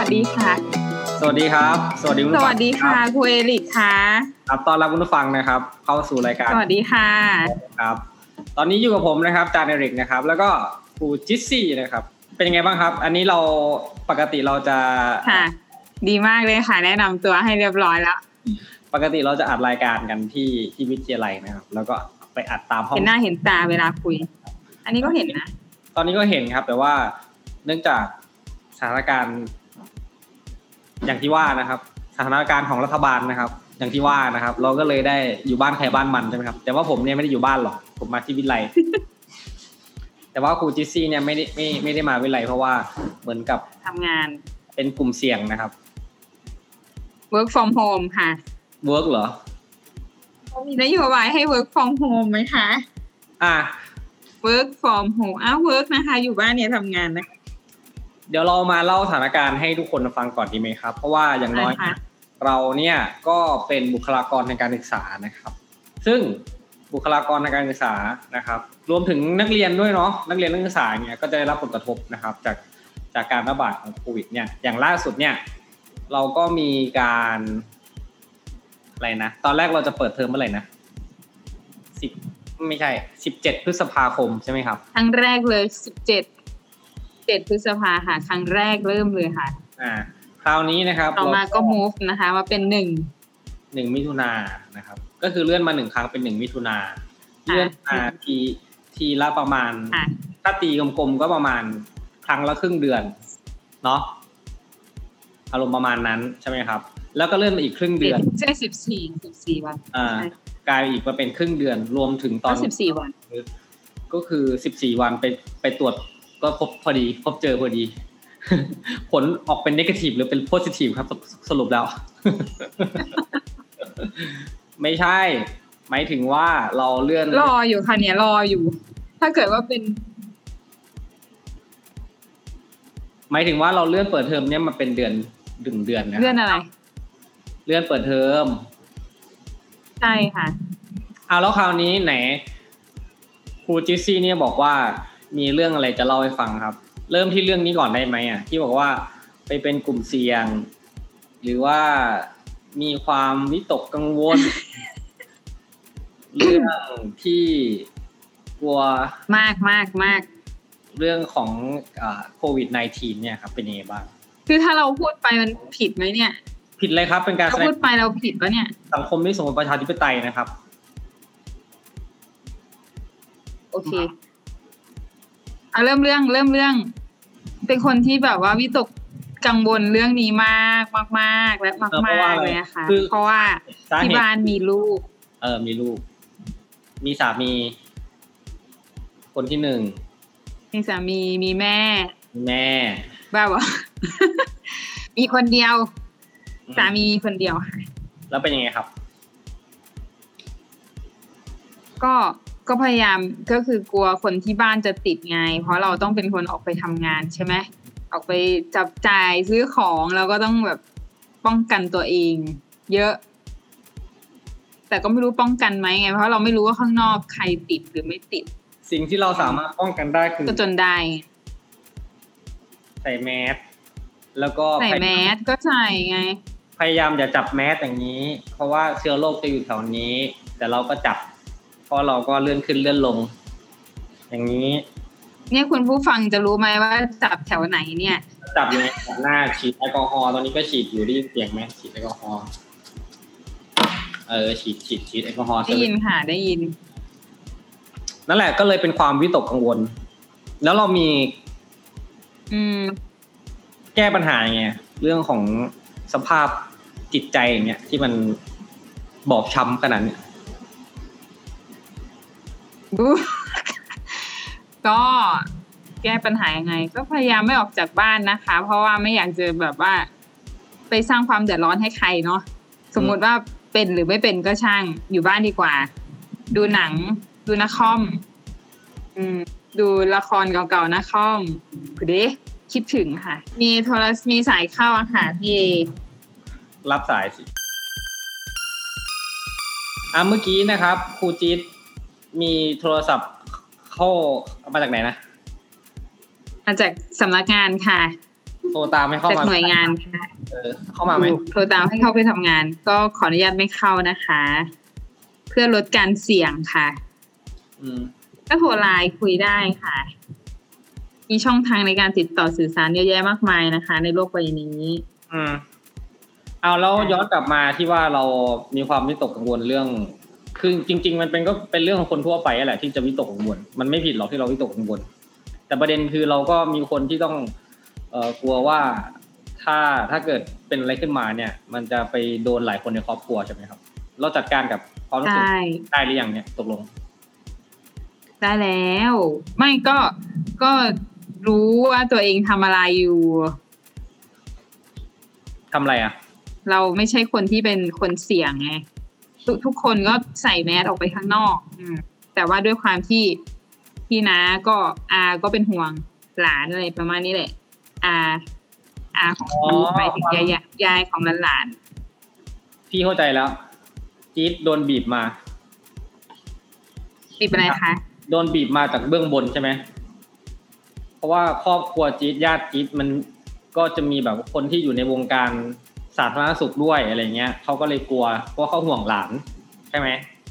สดีค่ะสวัสดีครับสวัสดีคุณสผู้ฟัวังสดีค่ะครูเอริกค่ะครับต้อนรับคุณผู้ฟังนะครับเข้าสู่รายการสวัสดีค่ะครับตอนนี้อยู่กับผมนะครับจานเอริกนะครับแล้วก็ครูจิสซี่นะครับเป็นยังไงบ้างครับอันนี้เราปกติเราจะค่ะดีมากเลยค่ะแนะนำตัวให้เรียบร้อยแล้วปกติเราจะอัดรายการกันที่วิทยาลัยนะครับแล้วก็ไปอัดตามห้องเห็นหน้าเห็นตาเวลาคุยอันนี้ก็เห็นนะตอนนี้ก็เห็นครับแต่ว่าเนื่องจากสถานการณ์อย่างที่ว่านะครับสถานการณ์ของรัฐบาลนะครับอย่างที่ว่านะครับเราก็เลยได้อยู่บ้านใครบ้านมันใช่ไหมครับแต่ว่าผมเนี่ยไม่ได้อยู่บ้านหรอกผมมาที่วิทยาลัย แต่ว่าครูจิสซี่เนี่ยไม่ได้มาวิทยาลัยเพราะว่าเหมือนกับทำงานเป็นกลุ่มเสี่ยงนะครับ work from home ค่ะ work เหรอมีนโยบายให้ work from home ไหมคะwork from home work นะคะอยู่บ้านเนี่ยทำงานนะเดี๋ยวเรามาเล่าสถานการณ์ให้ทุกคนฟังก่อนดีไหมครับเพราะว่าอย่างน้อยเราเนี่ยก็เป็นบุคลากรในการศึกษานะครับซึ่งบุคลากรในการศึกษานะครับรวมถึงนักเรียนด้วยเนาะนักเรียนนักศึกษาเนี่ยก็จะได้รับผลกระทบนะครับจากการระบาดของโควิดเนี่ยอย่างล่าสุดเนี่ยเราก็มีการอะไรนะตอนแรกเราจะเปิดเทอมเมื่อไหร่นะไม่ใช่17พฤษภาคมใช่ไหมครับครั้งแรกเลย7พฤษภาค่ะครั้งแรกเริ่มเลยค่ะคราวนี้นะครับต่อมาก็ move นะคะมาเป็น 1มิถุนายนนะครับก็คือเลื่อนมา1ครั้งเป็น1มิถุนายนเลื่อนมาทีละประมาณถ้าตีกลมๆก็ประมาณครั้งละครึ่งเดือนเนาะอารมณ์ประมาณนั้นใช่ไหมครับแล้วก็เลื่อนมาอีกครึ่งเดือนใช่14วันกลายอีกมาเป็นครึ่งเดือนรวมถึงตอน 14วันก็คือ14วันไปตรวจก็พบพอดีพบเจอพอดี ผลออกเป็นเนกาทีฟหรือเป็นโพซิทีฟครับสรุปแล้ว ไม่ใช่หมายถึงว่าเราเลื่อนรออยู่ค่ะเนี่ยรออยู่ถ้าเกิดว่าเป็นหมายถึงว่าเราเลื่อนเปิดเทอมเนี่ยมาเป็นเดือน1เดือนนะเลื่อนอะไรเลื่อนเปิดเทอมใช่ค่ะแล้วคราวนี้ไหนครูจิสซี่เนี่ยบอกว่ามีเรื่องอะไรจะเล่าให้ฟังครับเริ่มที่เรื่องนี้ก่อนได้ไหมที่บอกว่าไปเป็นกลุ่มเสี่ยงหรือว่ามีความวิตกกังวล เรื่องที่กลัวมากเรื่องของโควิด -19 เนี่ยครับเป็นยังไงบ้างคือถ้าเราพูดไปมันผิดไหมเนี่ยผิดเลยครับเป็นการพูดไปเราผิดปะเนี่ยสังคมไม่สมบูรณ์ประชาธิปไตยนะครับโอเคเริ่มเรื่องเป็นคนที่แบบว่าวิตกกังวลเรื่องนี้มากและมากเลยนะคะเพราะว่าที่บ้านมีลูกมีลูกมีสามีคนที่1 มีสามีมีแม่บ้าบ่ มีคนเดียวสามีคนเดียวค่ะแล้วเป็นยังไงครับก็พยายามก็คือกลัวคนที่บ้านจะติดไงเพราะเราต้องเป็นคนออกไปทำงานใช่ไหมออกไปจับจ่ายซื้อของเราก็ต้องแบบป้องกันตัวเองเยอะแต่ก็ไม่รู้ป้องกันไหมไงเพราะเราไม่รู้ว่าข้างนอกใครติดหรือไม่ติดสิ่งที่เราสามารถป้องกันได้คือก็จนได้ใส่แมสแล้วก็ใส่แมสก็ใส่ไงพยายามอย่าจับแมสอย่างนี้เพราะว่าเชื้อโรคจะอยู่แถวนี้แต่เราก็จับเพราะเราก็เลื่อนขึ้นเลื่อนลงอย่างนี้เนี่ยคุณผู้ฟังจะรู้ไหมว่าจับแถวไหนเนี่ยจับอยู่ในหน้าฉีดแอลกอฮอล์ตอนนี้ก็ฉีดอยู่ได้ยินเสียงไหมฉีดแอลกอฮอล์ฉีดแอลกอฮอล์ได้ยินค่ะได้ยินนั่นแหละก็เลยเป็นความวิตกกังวลแล้วเรามีแก้ปัญหาไงเรื่องของสภาพจิตใจอย่างเงี้ยที่มันบอบช้ำขนาดนี้ก็แก้ปัญหายังไงก็พยายามไม่ออกจากบ้านนะคะเพราะว่าไม่อยากจะแบบว่าไปสร้างความเดือดร้อนให้ใครเนาะสมมติว่าเป็นหรือไม่เป็นก็ช่างอยู่บ้านดีกว่าดูหนังดูนักคอมดูละครเก่าๆนักคอมคือดิคิดถึงค่ะมีสายเข้าค่ะพี่รับสายสิเมื่อกี้นะครับครูจิ๊ดมีโทรศัพท์เข้ามาจากไหนนะมาจากสำนักงานค่ะรตามให้เข้าจากมาหน่วยงานค่ะเข้ามาไหมโทรตามให้เข้าไปทำงาน ก็ขออนุญาตไม่เข้านะคะ เพื่อลดการเสี่ยงค่ะ ก็โทรไลน์คุยได้ค่ะ มีช่องทางในการติดต่อสื่อสารเยอะแยะมากมายนะคะ ในโลกใบนี้เอาแล้วย้อนกลับมาที่ว่าเรามีความวิตกกังวลเรื่องคือจริงๆมันเป็นก็เป็นเรื่องของคนทั่วไปแหละที่จะวิตกกังวลมันไม่ผิดหรอกที่เราวิตกกังวลแต่ประเด็นคือเราก็มีคนที่ต้องกลัวว่าถ้าเกิดเป็นอะไรขึ้นมาเนี่ยมันจะไปโดนหลายคนในครอบครัวใช่ไหมครับเราจัดการกับความรู้สึกได้หรือยังเนี่ยตกลงได้แล้วไม่ก็รู้ว่าตัวเองทำอะไรอยู่ทำอะไรอ่ะเราไม่ใช่คนที่เป็นคนเสี่ยงไงทุกคนก็ใส่แมสออกไปข้างนอกแต่ว่าด้วยความที่น้าก็ก็เป็นห่วงหลานอะไรประมาณนี้แหละของลูกไปถึงยายของหลานพี่เข้าใจแล้วจี๊ดโดนบีบมาบีบอะไรคะโดนบีบมาจากเบื้องบนใช่ไหมเพราะว่าครอบครัวจี๊ดญาติจี๊ดมันก็จะมีแบบคนที่อยู่ในวงการสาธารณสุขด้วยอะไรเงี้ยเขาก็เลยกลัวเพราะเขาห่วงหลานใช่ไหม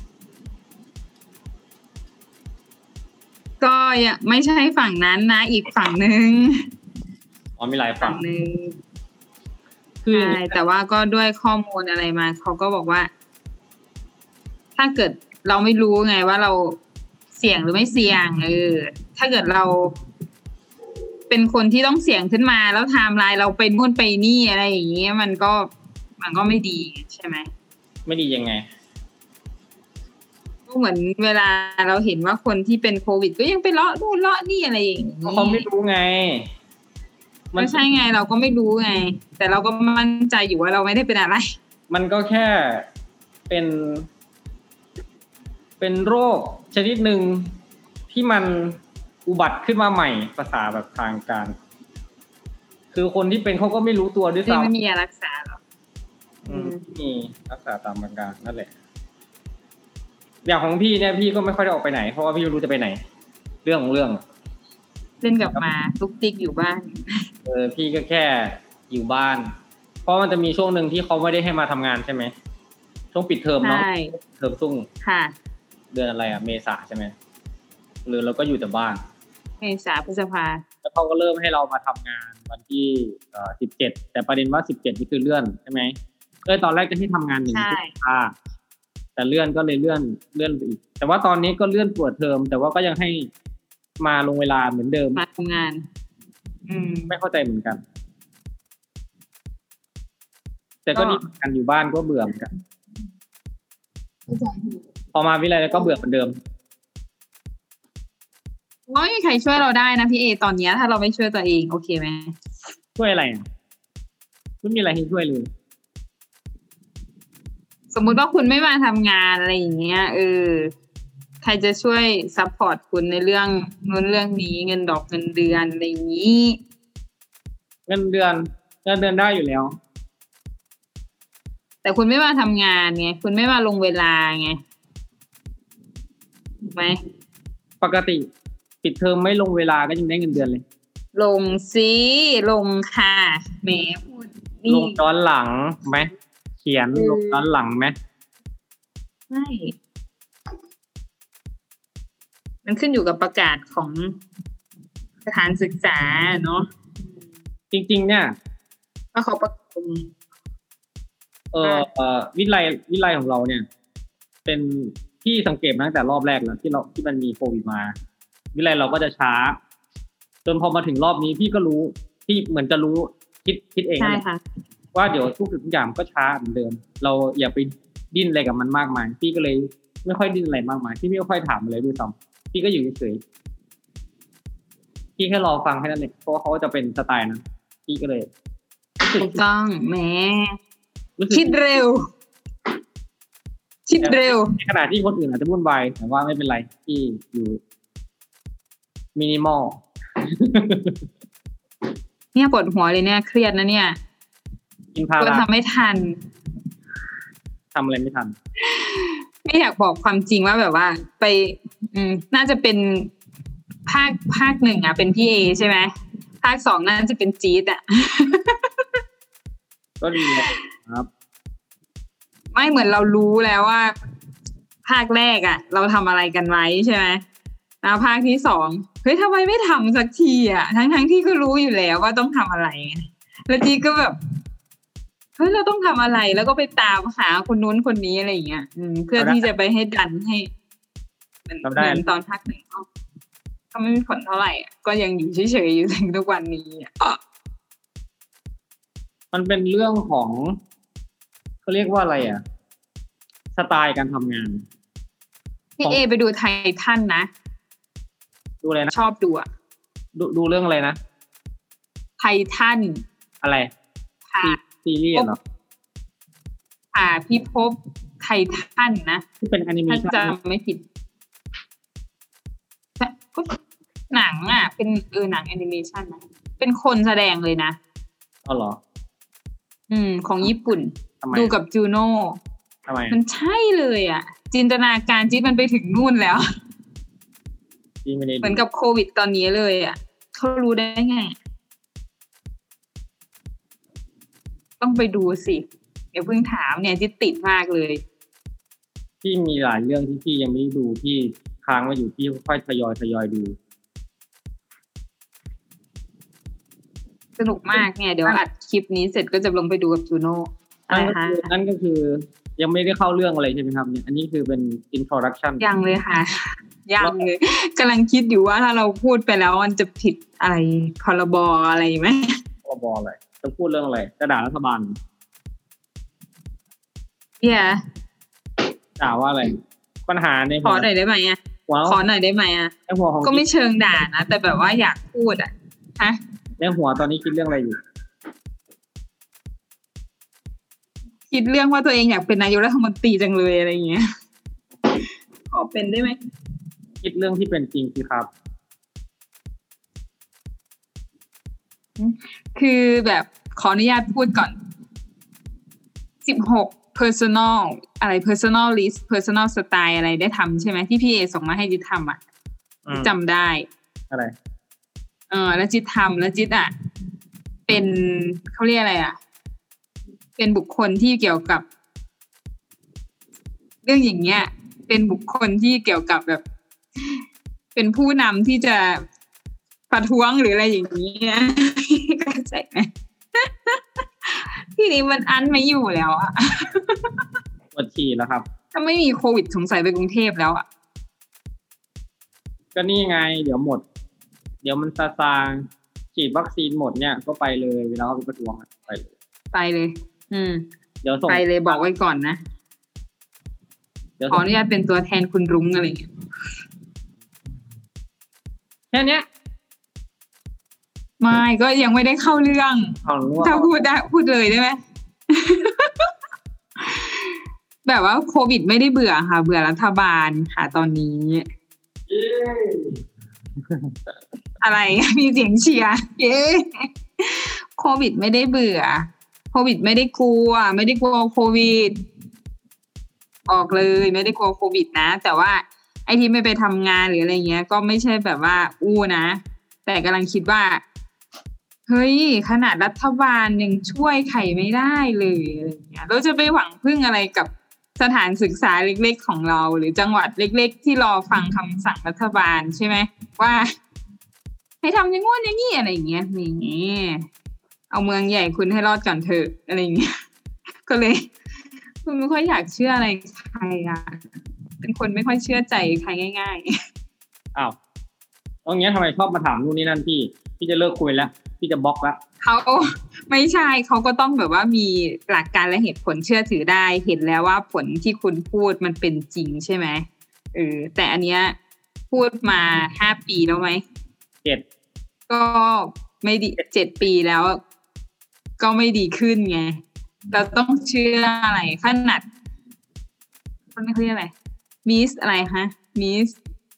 ก็ยังไม่ใช่ฝั่งนั้นนะอีกฝั่งนึงมีหลายฝั่งนึงคือแต่ว่าก็ด้วยข้อมูลอะไรมาเขาก็บอกว่าถ้าเกิดเราไม่รู้ไงว่าเราเสี่ยงหรือไม่เสี่ยงถ้าเกิดเราเป็นคนที่ต้องเสี่ยงขึ้นมาแล้วไทม์ไลน์เราไปนู่นไปนี่อะไรอย่างเงี้ยมันก็ไม่ดีใช่ไหมไม่ดียังไงก็เหมือนเวลาเราเห็นว่าคนที่เป็นโควิดก็ยังไปเลาะนู่นเลาะนี่อะไรอย่างงี้เขาไม่รู้ไงไม่ใช่ไงเราก็ไม่รู้ไงแต่เราก็มั่นใจอยู่ว่าเราไม่ได้เป็นอะไรมันก็แค่เป็นโรคชนิดหนึ่งที่มันอุบัติขึ้นมาใหม่ภาษาแบบทางการคือคนที่เป็นเขาก็ไม่รู้ตัวด้วยซ้ำไม่มียารักษาหรอมีรักษาตามอาการนั่นแหละอย่างของพี่เนี่ยพี่ก็ไม่ค่อยได้ออกไปไหนเพราะว่าพี่ไม่รู้จะไปไหนเรื่องของเรื่องเล่นกับมาตุ๊กติ๊กอยู่บ้านพี่ก็แค่อยู่บ้านเพราะมันจะมีช่วงนึงที่เขาไม่ได้ให้มาทำงานใช่ไหมช่วงปิดเทอมเนาะเทอมสุ่งค่ะเดือนอะไรเมษาใช่ไหมหรือเราก็อยู่แต่บ้านเมษาพฤษภาแล้วเขาก็เริ่มให้เรามาทำงานวันที่17แต่ประเด็นว่า17นี่คือเลื่อนใช่ไหมตอนแรกจะให้ทำงาน1 พฤษภาแต่เลื่อนก็เลยเลื่อนไปอีกแต่ว่าตอนนี้ก็เลื่อนตรวจเทอมแต่ว่าก็ยังให้มาลงเวลาเหมือนเดิมมาทำงานไม่เข้าใจเหมือนกันแต่ก็นี่กันอยู่บ้านก็เบื่อเหมือนกันพอมาวิไลแล้วก็เบื่อเหมือนเดิมไม่มีใครช่วยเราได้นะพี่เอตอนนี้ถ้าเราไม่ช่วยตัวเองโอเคไหมช่วยอะไรไม่มีอะไรให้ช่วยเลยสมมุติว่าคุณไม่มาทำงานอะไรอย่างเงี้ยใครจะช่วยซัพพอร์ตคุณในเรื่องนู้นเรื่องนี้เงินดอกเงินเดือนอะไรอย่างนี้เงินเดือนได้อยู่แล้วแต่คุณไม่มาทำงานไงคุณไม่มาลงเวลาไงถูกไหมปกติปิดเทอมไม่ลงเวลาก็ยังได้เงินเดือนเลยลงสิลงค่ะแหมพูดลงย้อนหลังไหมเขียนลงย้อนหลังไหมไม่มันขึ้นอยู่กับประกาศของสถานศึกษาเนาะจริงๆเนี่ยว่าเขาประกาศวิไลของเราเนี่ยเป็นที่สังเกตมาตั้งแต่รอบแรกแล้วที่มันมีโควิดมาวิไลเราก็จะช้าจนพอมาถึงรอบนี้พี่ก็รู้พี่เหมือนจะรู้คิดเองใช่ค่ะว่าเดี๋ยวทุกอย่างก็ช้าเหมือนเดิมเราอย่าไปดิ้นอะไรกับมันมากมายพี่ก็เลยไม่ค่อยดิ้นอะไรมากมายพี่ไม่ค่อยถามอะไรด้วยซ้ำพี่ก็อยู่เฉยๆพี่แค่รอฟังแค่นั้นเองเพราะเขาจะเป็นสไตล์นั้นพี่ก็เลยถูกต้องแหมคิดเร็วในขณะที่คนอื่นอาจจะวุ่นวายแต่ว่าไม่เป็นไรที่อยู่มินิมอลเนี่ยปวดหัวเลยเนี่ยเครียดนะเนี่ยกินพาราทำไม่ทันทำอะไรไม่ทันไม่อยากบอกความจริงว่าแบบว่าไปน่าจะเป็นภาคหนึ่งเป็นพี่เอใช่ไหมภภาค 2น่าจะเป็นจี๊ดอ่ะก็ดีครับไม่เหมือนเรารู้แล้วว่าภาคแรกอ่ะเราทำอะไรกันไว้ใช่ไหมแล้วภาคที่ 2เฮ้ยทำไมไม่ทำสักทีอ่ะทั้งที่ก็รู้อยู่แล้วว่าต้องทำอะไรแล้วจี๊ดก็แบบเฮ้ยเราต้องทำอะไรแล้วก็ไปตามหาคนนู้นคนนี้อะไรอย่างเงี้ยเพื่อที่จะไปให้ดันให้เหมือนตอนภาค 1ก็ไม่มีผลเท่าไหร่ก็ยังอยู่เฉยๆอยู่ถึงทุกวันนี้มันเป็นเรื่องของเขาเรียกว่าอะไรอ่ะสไตล์การทำงานพี่เอไปดูไททันนะดูอะไรนะชอบดูอ่ะดูเรื่องอะไรนะไททันอะไรซีรีส์เหรอพิภพไททันนะที่เป็นแอนิเมชั่นถ้าจำไม่ผิดก็หนังอ่ะเป็นหนังแอนิเมชันนะเป็นคนแสดงเลยนะอ๋อเหรอของญี่ปุ่นดูกับจูโน่ทำไมมันใช่เลยอ่ะจินตนาการจิ๊ดมันไปถึงนู่นแล้วเหมือนกับโควิดตอนนี้เลยอ่ะเขารู้ได้ไงต้องไปดูสิเดี๋ยวเพิ่งถามเนี่ยจิ๊ดติดมากเลยพี่มีหลายเรื่องที่พี่ยังไม่ได้ดูพี่ค้างไว้อยู่พี่ค่อยทยอยดูสนุกมากเนี่ยเดี๋ยวอัดคลิปนี้เสร็จก็จะลงไปดูกับจูโน่นั่นก็คือยังไม่ได้เข้าเรื่องอะไรใช่ไหมครับเนี่ยอันนี้คือเป็น introduction ยังเลยค่ะยังเลยกำลังคิดอยู่ว่าถ้าเราพูดไปแล้วมันจะผิดอะไรพรบอะไรไหมพรบอะไรจะพูดเรื่องอะไรจะด่ารัฐบาลด่าว่าอะไรปัญหาในขอหน่อยได้ไหมอ่ะขอหน่อยได้ไหมอ่ะก็ไม่เชิงด่านะแต่แบบว่าอยากพูดอ่ะฮะในหัวตอนนี้คิดเรื่องอะไรอยู่คิดเรื่องว่าตัวเองอยากเป็นนายกรัฐมนตรีจังเลยอะไรอย่างเงี้ยขอเป็นได้ไหมคิดเรื่องที่เป็นจริงสิครับคือแบบขออนุญาตพูดก่อน16 personal อะไร personal list personal style อะไรได้ทำใช่ไหมที่พี่เอส่งมาให้จิ๊ดทำอ่ะจำได้อะไรแล้วจิ๊ดทำแล้วจิ๊ดอ่ะเป็นเขาเรียกอะไรอ่ะเป็นบุคคลที่เกี่ยวกับเรื่องอย่างเงี้ยเป็นบุคคลที่เกี่ยวกับแบบเป็นผู้นำที่จะประท้วงหรืออะไรอย่างนี้นะเข้าใจไหมที่นี้มันอั้นไม่อยู่แล้วอ่ะปวดฉี่แล้วครับถ้าไม่มีโควิดสงสัยไปกรุงเทพแล้วอ่ะก็นี่ไงเดี๋ยวหมดเดี๋ยวมันซาฉีดวัคซีนหมดเนี่ยก็ไปเลยเวลาเขาไปประท้วงไปเลยเดี๋ยวส่งไปเลยบอกไว้ก่อนนะขออนุญาตเป็นตัวแทนคุณรุ้งอะไรอย่างเงี้ยแค่นี้ไม่ก็ยังไม่ได้เข้าเรื่องถ้าพูดได้พูดเลยได้ไหม แบบว่าโควิดไม่ได้เบื่อค่ะเบื่อรัฐบาลค่ะตอนนี้ อะไรมีเสียงเชียร์โควิดไม่ได้เบื่อโควิดไม่ได้กลัวโควิดออกเลยไม่ได้กลัวโควิดนะแต่ว่าไอ้ที่ไม่ไปทำงานหรืออะไรเงี้ยก็ไม่ใช่แบบว่านะแต่กำลังคิดว่าเฮ้ยขนาดรัฐบาลยังช่วยใครไม่ได้เลยอะไรเงี้ยเราจะไปหวังพึ่งอะไรกับสถานศึกษาเล็กๆของเราหรือจังหวัดเล็กๆที่รอฟังคำสั่งรัฐบาลใช่ไหมว่าให้ทำอย่างงี้อย่างนี้อะไรเงี้ยนี่เอาเมืองใหญ่คุณให้รอดก่อนเถอะอะไรเงี้ยก็เลยคุณไม่ค่อยอยากเชื่ออะไรใครอ่ะเป็นคนไม่ค่อยเชื่อใจใครง่ายๆอ้าวตรงนี้ทำไมชอบมาถามนู่นนี่นั่นพี่จะเลิกคุยแล้วพี่จะบล็อกแล้วเขาไม่ใช่เขาก็ต้องแบบว่ามีหลักการและเหตุผลเชื่อถือได้เห็นแล้วว่าผลที่คุณพูดมันเป็นจริงใช่ไหมแต่อันเนี้ยพูดมา5 ปีแล้วไหม7ก็ไม่ดี7 ปีแล้วก็ไม่ดีขึ้นไงเราต้องเชื่ออะไรขนาดมันไม่เรียกอะไรมิสอะไรฮะมิส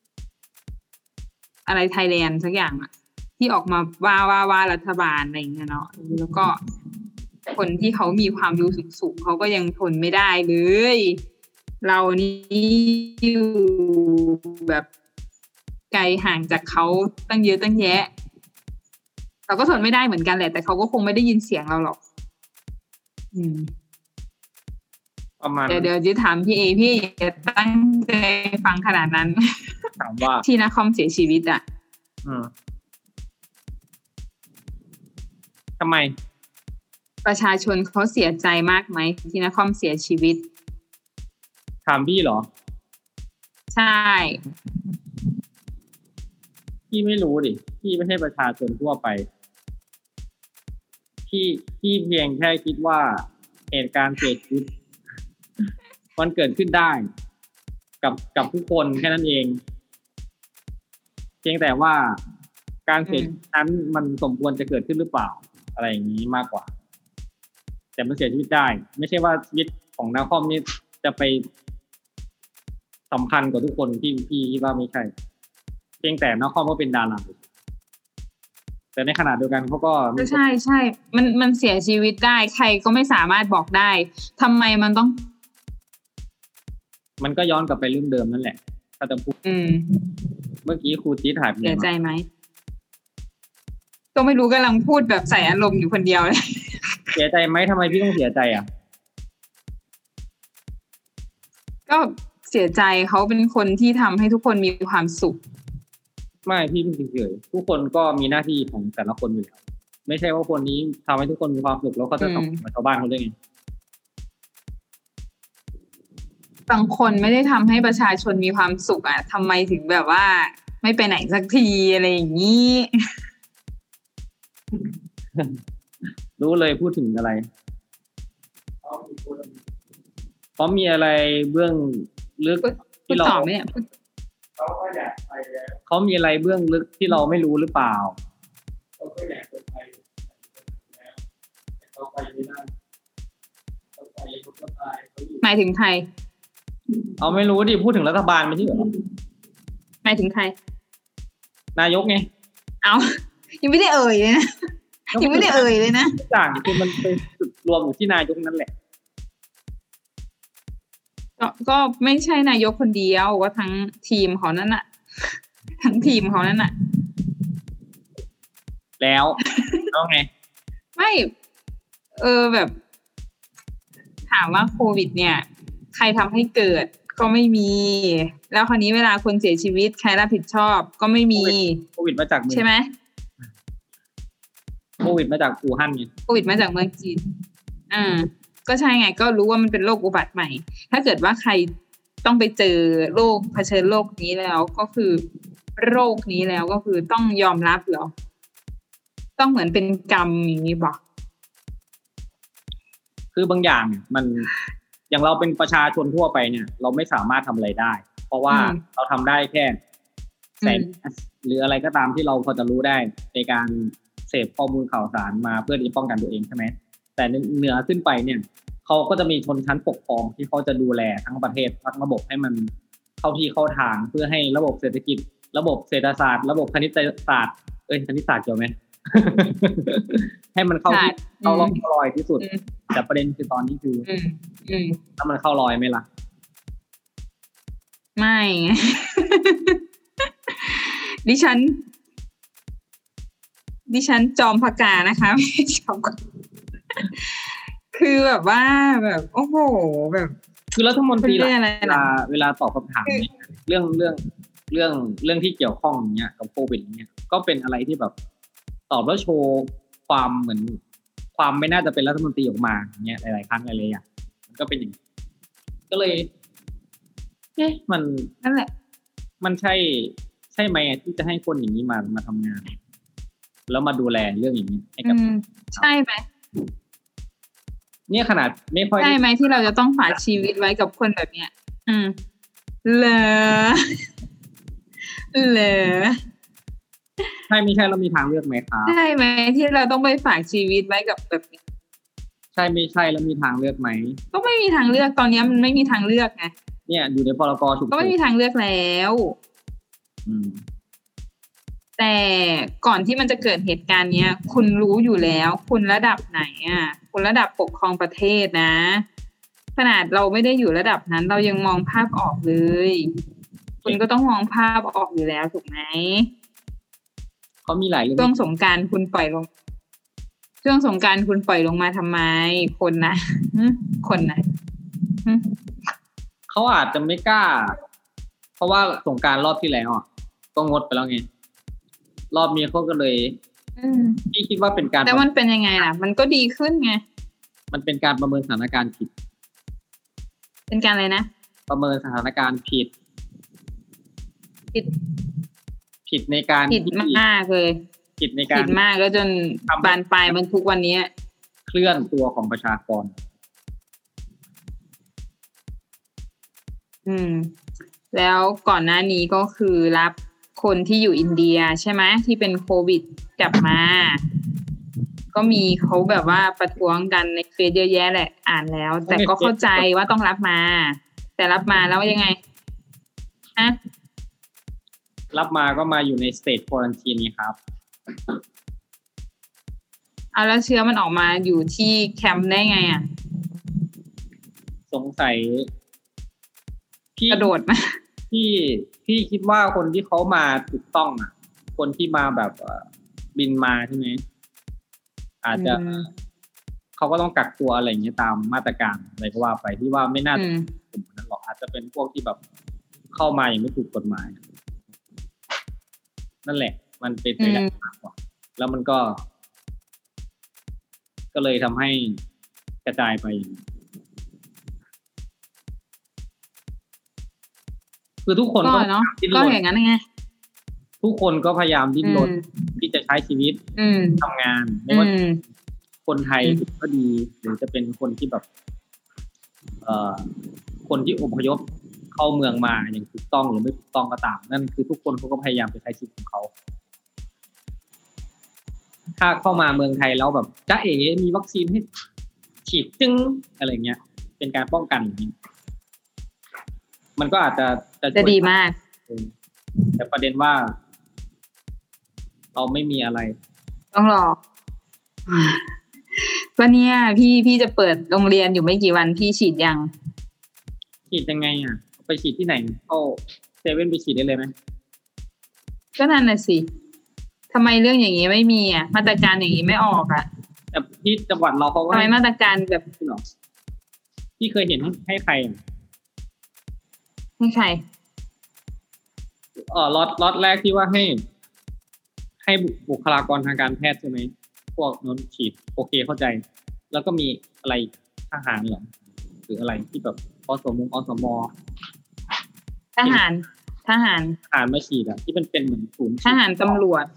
อะไรไทยแลนด์สักอย่างอะที่ออกมาว่ารัฐบาลอะไรอย่างเงี้ยเนาะแล้วก็คนที่เขามีความรู้สูงเขาก็ยังทนไม่ได้เลยเรานี่อยู่แบบไกลห่างจากเขาตั้งเยอะตั้งแยะเราก็ทนไม่ได้เหมือนกันแหละแต่เขาก็คงไม่ได้ยินเสียงเราหรอกประมาณเดี๋ยวจะถามพี่อย่าตั้งใจฟังขนาดนั้นถามว่าที่นครเสียชีวิตอ่ะทำไมประชาชนเขาเสียใจมากไหมที่นครเสียชีวิตถามพี่เหรอใช่พี่ไม่รู้ดิพี่ไม่ใช่ประชาชนทั่วไปพี่เพียงแค่คิดว่าเหตุการณ์เกิดขึ้นมันเกิดขึ้นได้กับทุกคนแค่นั้นเองเพียงแต่ว่าการเสียชีวิตนั้นมันสมควรจะเกิดขึ้นหรือเปล่าอะไรอย่างนี้มากกว่าแต่มันเสียชีวิตได้ไม่ใช่ว่าชีวิตของนครนี่จะไปสำคัญกว่าทุกคนที่คิดว่าไม่ใช่เพียงแต่นครก็เป็นดาราแต่ในขณะเดียวกันเขาก็ใช่มันเสียชีวิตได้ใครก็ไม่สามารถบอกได้ทำไมมันต้องมันก็ย้อนกลับไปเรื่องเดิมนั่นแหละถ้าจะพูดเมื่อกี้ครูจี๊ดหายไปเสียใจไหมก็ไม่รู้กำลังพูดแบบใส่อารมณ์อยู่คนเดียวเลยเสียใจไหมทำไมพี่ต้องเสียใจอ่ะก็เสียใจเขาเป็นคนที่ทำให้ทุกคนมีความสุขไม่พี่เป็นเฉยๆทุกคนก็มีหน้าที่ของแต่ละคนอยู่แล้วไม่ใช่ว่าคนนี้ทำให้ทุกคนมีความสุขแล้วเขาจะทำเหมือนชาวบ้านเขาได้ไงบางคนไม่ได้ทำให้ประชาชนมีความสุขอ่ะทำไมถึงแบบว่าไม่ไปไหนสักทีอะไรอย่างนี้รู้เลยพูดถึงอะไรเพราะมีอะไรเบื้องลึกที่เราเขามีอะไรเบื้องลึกที่เราไม่รู้หรือเปล่าหมายถึงใครเอาไม่รู้ดิพูดถึงรัฐบาลไม่ใช่เหรอหมายถึงใครนายกไงเอายังไม่ได้เอ่ยเลยนะยังไม่ได้เอ่ยเลยนะต่างคือมันเป็นจุดรวมอยู่ที่นายกนั่นแหละก็ไม่ใช่นายกคนเดียวก็ทั้งทีมเขานั่นน่ะทั้งทีมเขานั่นน่ะแล้วไงไม่แบบถามว่าโควิดเนี่ยใครทำให้เกิดก็ไม่มีแล้วคราวนี้เวลาคนเสียชีวิตใครรับผิดชอบก็ไม่มีโควิดมาจากใช่ไหมโควิดมาจากอู่ฮั่นไงโควิดมาจากเมืองจีนก็ใช่ไงก็รู้ว่ามันเป็นโรคอุบัติใหม่ถ้าเกิดว่าใครต้องไปเจอโรคเผชิญโรคนี้แล้วก็คือโรคนี้แล้วก็คือต้องยอมรับเหรอต้องเหมือนเป็นกรรมอย่างนี้บอกคือบางอย่างมันอย่างเราเป็นประชาชนทั่วไปเนี่ยเราไม่สามารถทำอะไรได้เพราะว่าเราทำได้แค่ใส่หรืออะไรก็ตามที่เราพอจะรู้ได้ในการเสพข้อมูลข่าวสารมาเพื่อที่ป้องกันตัวเองใช่ไหมแต่เหนือขึ้นไปเนี่ยเขาก็จะมีชนชั้นปกครองที่เขาจะดูแลทั้งประเทศทั้งระบบให้มันเข้าที่เข้าทางเพื่อให้ระบบเศรษฐกิจระบบเศรษฐศาสตร์ระบบคณิตศาสตร์คณิตศาสตร์เกี่ยวไหม ให้มันเข้าที่เข้ารอบเข้ารอยที่สุดแต่ประเด็นคือตอนนี้คือถ้ามันเข้ารอยไหมล่ะไม่ ดิฉันจอมพกานะคะไม่จอมคือแบบว่าแบบโอ้โหแบบคือรัฐมนตรีเวลาตอบคำถามเรื่องที่เกี่ยวข้องอย่างเงี้ยกับโควิดเงี้ยก็เป็นอะไรที่แบบตอบแล้วโชว์ความเหมือนความไม่น่าจะเป็นรัฐมนตรีออกมาอย่างเงี้ยหลายๆครั้งหลายๆอย่างมันก็เป็นอย่างนี้ก็เลยมันนั่นแหละมันใช่ไหมที่จะให้คนอย่างนี้มาทำงานแล้วมาดูแลเรื่องอย่างนี้ให้กับใช่ไหมเนี่ยขนาดไม่ค่อยใช่ไหมที่เราจะต้องฝากชีวิตไว้กับคนแบบเนี้ยเหรอใช่ไม่ใช่เรามีทางเลือกไหมครับใช่ไหมที่เราต้องไปฝากชีวิตไว้กับแบบนี้ใช่ไม่ใช่แล้วมีทางเลือกไหมก็ไม่มีทางเลือกตอนนี้มันไม่มีทางเลือกไงเนี่ยอยู่ในพรก.ฉุกเฉินก็ไม่มีทางเลือกแล้วแต่ก่อนที่มันจะเกิดเหตุการณ์เนี้ยคุณรู้อยู่แล้วคุณระดับไหนอ่ะคุณระดับปกครองประเทศนะขนาดเราไม่ได้อยู่ระดับนั้นเรายังมองภาพออกเลยคุณก็ต้องมองภาพออกอยู่แล้วถูกไหมเขามีหลายเรื่องช่วงสงกรานต์คุณปล่อยลงช่วงสงกรานต์คุณปล่อยลงมาทำไมคนนะคนนะเขาอาจจะไม่กล้าเพราะว่าสงกรานต์รอบที่แล้วก็งดไปแล้วไงรอบนี้เขาก็เลยพี่คิดว่าเป็นการแต่มันเป็นยังไงล่ะมันก็ดีขึ้นไงมันเป็นการประเมินสถานการณ์ผิดเป็นการอะไรนะประเมินสถานการณ์ผิดในการผิดมากเลยผิดในการผิดมากแล้วจนบานปลายมันทุกวันนี้เคลื่อนตัวของประชากรแล้วก่อนหน้านี้ก็คือรับคนที่อยู่อินเดียใช่ไหมที่เป็นโควิดกลับมาก็มีเขาแบบว่าประท้วงกันในเฟซเยอะแยะแหละอ่านแล้วแต่ก็เข้าใจว่าต้องรับมาแต่รับมาแล้วยังไงฮะรับมาก็มาอยู่ในสเตจควอรันทีนนี่ครับเอาแล้วเชื้อมันออกมาอยู่ที่แคมป์ได้ไงอ่ะสงสัยกระโดดมาพี่คิดว่าคนที่เขามาถูกต้องคนที่มาแบบบินมาใช่ไหมอาจจะเขาก็ต้องกักตัวอะไรอย่างเงี้ยตามมาตรการอะไรก็ว่าไปที่ว่าไม่น่าจะกลุ่มนั้นหรอกอาจจะเป็นพวกที่แบบเข้ามาอย่างไม่ถูกกฎหมายนั่นแหละมันเป็นไปได้มากกว่าแล้วมันก็เลยทำให้กระจายไปคือทุกคนก็ก็อย่างนั้นไงทุกคนก็พยายามดิ้นรนที่จะใช้ชีวิตทำงานไม่ว่าคนไทยก็ดีหรือจะเป็นคนที่แบบคนที่อพยพเข้าเมืองมาอย่างถูกต้องหรือไม่ถูกต้องก็ตามนั่นคือทุกคนเขาก็พยายามไปใช้ชีวิตของเขาถ้าเข้ามาเมืองไทยแล้วแบบจ๊ะเอ๋มีวัคซีนให้ฉีดจึ้งอะไรเงี้ยเป็นการป้องกันอย่างนี้มันก็อาจจะดีมากแต่ประเด็นว่าเราไม่มีอะไรต้องรอวันนี้พี่จะเปิดโรงเรียนอยู่ไม่กี่วันพี่ฉีดยังไงไปฉีดที่ไหนเข้าเซเว่นไปฉีดได้เลยไหมก็นั่นน่ะสิทำไมเรื่องอย่างนี้ไม่มีมาตรการอย่างนี้ไม่ออกแต่ที่จังหวัดเราเขาก็ทำไมมาตรการแบบที่เคยเห็นให้ใครให้ใครล็อตแรกที่ว่าให้บุคลากรทางการแพทย์ใช่ไหมพวกนั้นฉีดโอเคเข้าใจแล้วก็มีอะไรทหารเหรอหรืออะไรที่แบบอสมทหารมาฉีดที่มันเป็นเหมือนศูนย์ทหารตำรวจ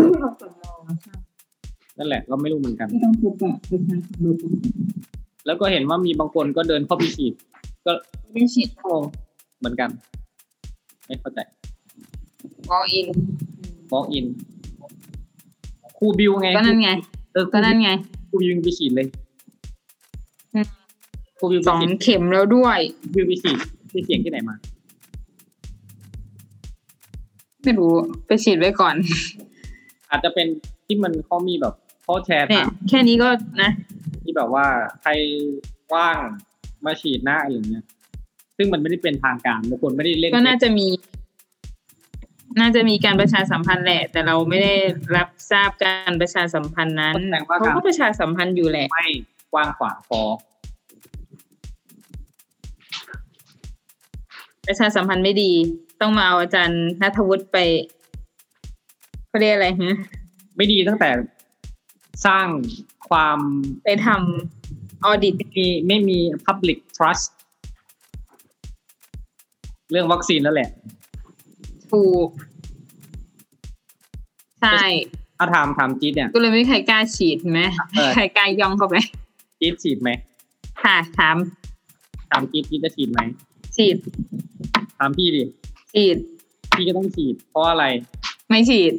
นั่นแหละก็ไม่รู้เหมือนกันแล้วก็เห็นว่ามีบางคนก็เดินเข้าไปฉีดก็ไม่ฉีดโงเหมือนกันไม่เข้าใจ walk in ครูบิวไงก็นั่นไงก็นั่นไงครูบิวไปฉีดเลยครูบิว2 เข็มแล้วด้วยบิวไปฉีดที่เสียงที่ไหนมาไม่รู้ไปฉีดไว้ก่อนอาจจะเป็นที่มันเขามีแบบเขาแชร์แค่นี้ก็นะที่แบบว่าใครว่างมาฉีดหน้าอะไรอย่างเงี้ยซึ่งมันไม่ได้เป็นทางการบางคนไม่ได้เล่นก็น่าจะมีการประชาสัมพันธ์แหละแต่เราไม่ได้รับทราบการประชาสัมพันธ์นั้นเขาก็ประชาสัมพันธ์อยู่แหละไม่กว้างขวางพอประชาสัมพันธ์ไม่ดีต้องมาเอาอาจารย์ณัฐวุฒิไปเขาเรียกอะไรฮะไม่ดีตั้งแต่สร้างความไปทำออดิตไม่มี public trust เรื่องวัคซีนแล้วแหละถูกใช่ถ้าถามจี๊ดเนี่ยก็เลยไม่มีใครกล้าฉีดไหมใครกล้าย่องเข้าไปจี๊ดฉีดไหมค่ะถามจี๊ดจะฉีดไหมฉีดถามพี่ดิฉีดพี่ก็ต้องฉีดเพราะอะไรไม่ฉีด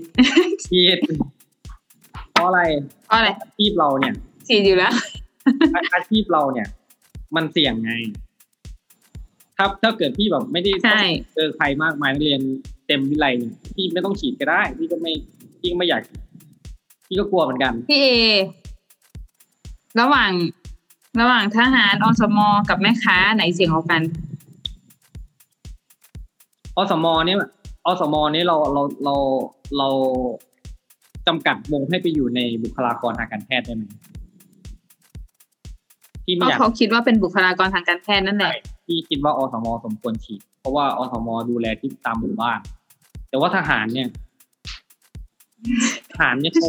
เพราะอะไรอาชีพเราเนี่ยฉีดอยู่แล้วอาชีพเราเนี่ยมันเสี่ยงไงถ้าเกิดพี่แบบไม่ได้เจอใครมากมายนักเรียนเต็มวิไลพี่ไม่ต้องฉีดก็ได้พี่ก็ไม่อยากพี่ก็กลัวเหมือนกันพี่เอระหว่างทหารอสม.กับแม่ค้าไหนเสี่ยงกว่ากันอสม.เนี่ยเราจำกัดวงให้ไปอยู่ในบุคลากรทางการแพทย์ได้ไหมที่ไม่อยากเขาคิดว่าเป็นบุคลากรทางการแพทย์นั่นแหละที่คิดว่าอสม.สมควรฉีดเพราะว่าอสม.ดูแลที่ตามหมู่บ้านแต่ว่าทหารเนี่ยเขา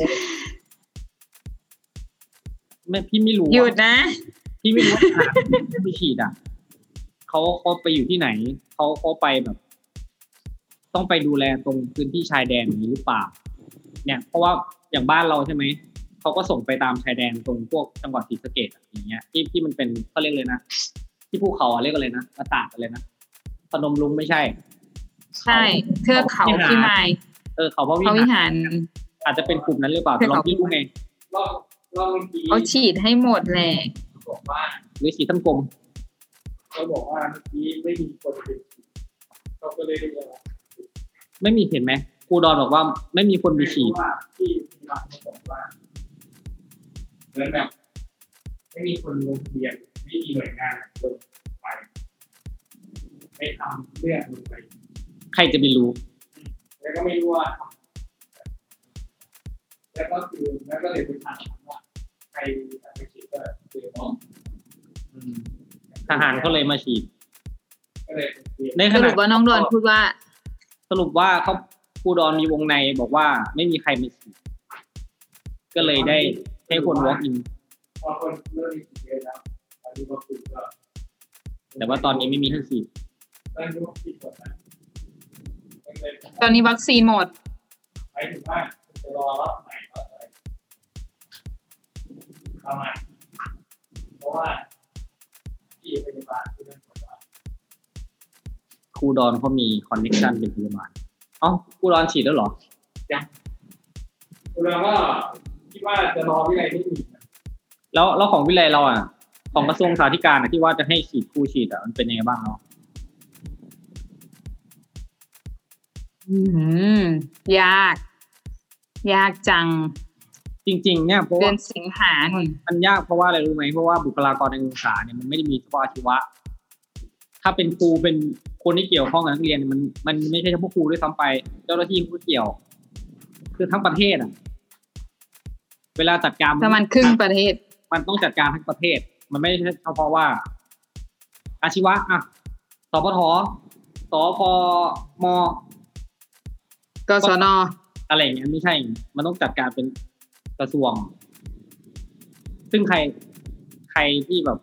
พี่ไม่รู้หยุดนะพี่ไม่รู้ว่าทหารไม่ฉีดอ่ะเขาไปอยู่ที่ไหนเขาไปแบบต้องไปดูแลตรงพื้นที่ชายแดนนี้หรือเปล่าเนี่ยเพราะว่าอย่างบ้านเราใช่ไหมเขาก็ส่งไปตามชายแดนตรงพวกจังหวัดศรีสะเกษอย่างเงี้ยที่มันเป็นเขาเรียกเลยนะที่ภูเขาเรียกอะไรนะมาตากอะไรนะพนมรุ้งไม่ใช่ใช่เทือกเขาพี่ไม้เขาพระวิหารอาจจะเป็นกลุ่มนั้นหรือเปล่าแต่เราไม่รู้ไงเขาฉีดให้หมดแหละบอกว่าหรือฉีดทั้งกลมเขาบอกว่าเมื่อกี้ไม่มีคนไปฉีดเขาก็เลยไม่มีเห็นไหมครูดอนบอกว่าไม่มีคนไปฉีดที่ร้านเขาบอกว่าเหมือนแบบไม่มีคนลงทะเบียนไม่มีหน่วยงานลงไปทำเรื่องลงไปใครจะไปรู้แล้วก็ไม่รู้ว่าแล้วก็เลยไปถามว่าใครจะไปฉีดก็เลยบอกทหารเขาเลยมาฉีดในขณะว่าน้องดอนพูดว่าสรุปว่าเขาครูดอนมีวงในบอกว่าไม่มีใครมาฉีดก็เลยได้ให้คน walk in พอคนเริ่มฉีดเยอะแล้วแต่ว่าตอนนี้ไม่มีให้ฉีดตอนนี้วัคซีนหมดไปถึงว่าจะรอรอบใหม่ต่อไปประมาณเพราะว่าที่พยาบาลที่นั่นบอกว่าครูดอนเขามีคอนเนคชั่นเป็นพยาบาลครูดอนฉีดแล้วเหรอยังครูดอนก็คิดว่าจะรอวิไลที่มีแล้วของวิไลเราอ่ะของกระทรวงสาธารณสุขที่ว่าจะให้ฉีดครูฉีดมันเป็นยังไงบ้างเนาะยากจังจริงๆเนี่ยเพราะว่าเดือนสิงหาคมมันยากเพราะว่าอะไรรู้ไหมเพราะว่าบุคลากรทางการศึกษาเนี่ยมันไม่ได้มีเฉพาะอาชีวะถ้าเป็นครูเป็นคนที่เกี่ยวข้องกับนักเรียนมันไม่ใช่เฉพาะครูด้วยซ้ำไปเจ้าหน้าที่ก็เกี่ยวคือทั้งประเทศอ่ะเวลาจัดการมันครึ่งประเทศมันต้องจัดการทั้งประเทศมันไม่ใช่เฉพาะว่าอาชีวะสปทสพมกศนอะไรอย่างเงี้ยไม่ใช่มันต้องจัดการเป็นกระทรวงซึ่งใครที่แบบ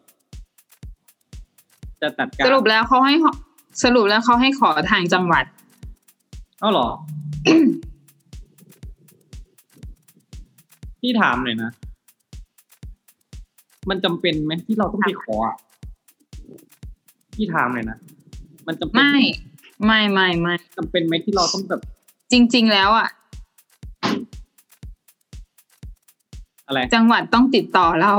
จะจัดการสรุปแล้วเขาให้ขอทางจังหวัดเหรอ พี่ถามหน่อยนะมันจำเป็นไหมที่เราต้องไปขอพี่ถามหน่อยนะมันจำเป็นไม่จำเป็นไหมที่เราต้องแบบจริงๆแล้วอะไรจังหวัดต้องติดต่อเรา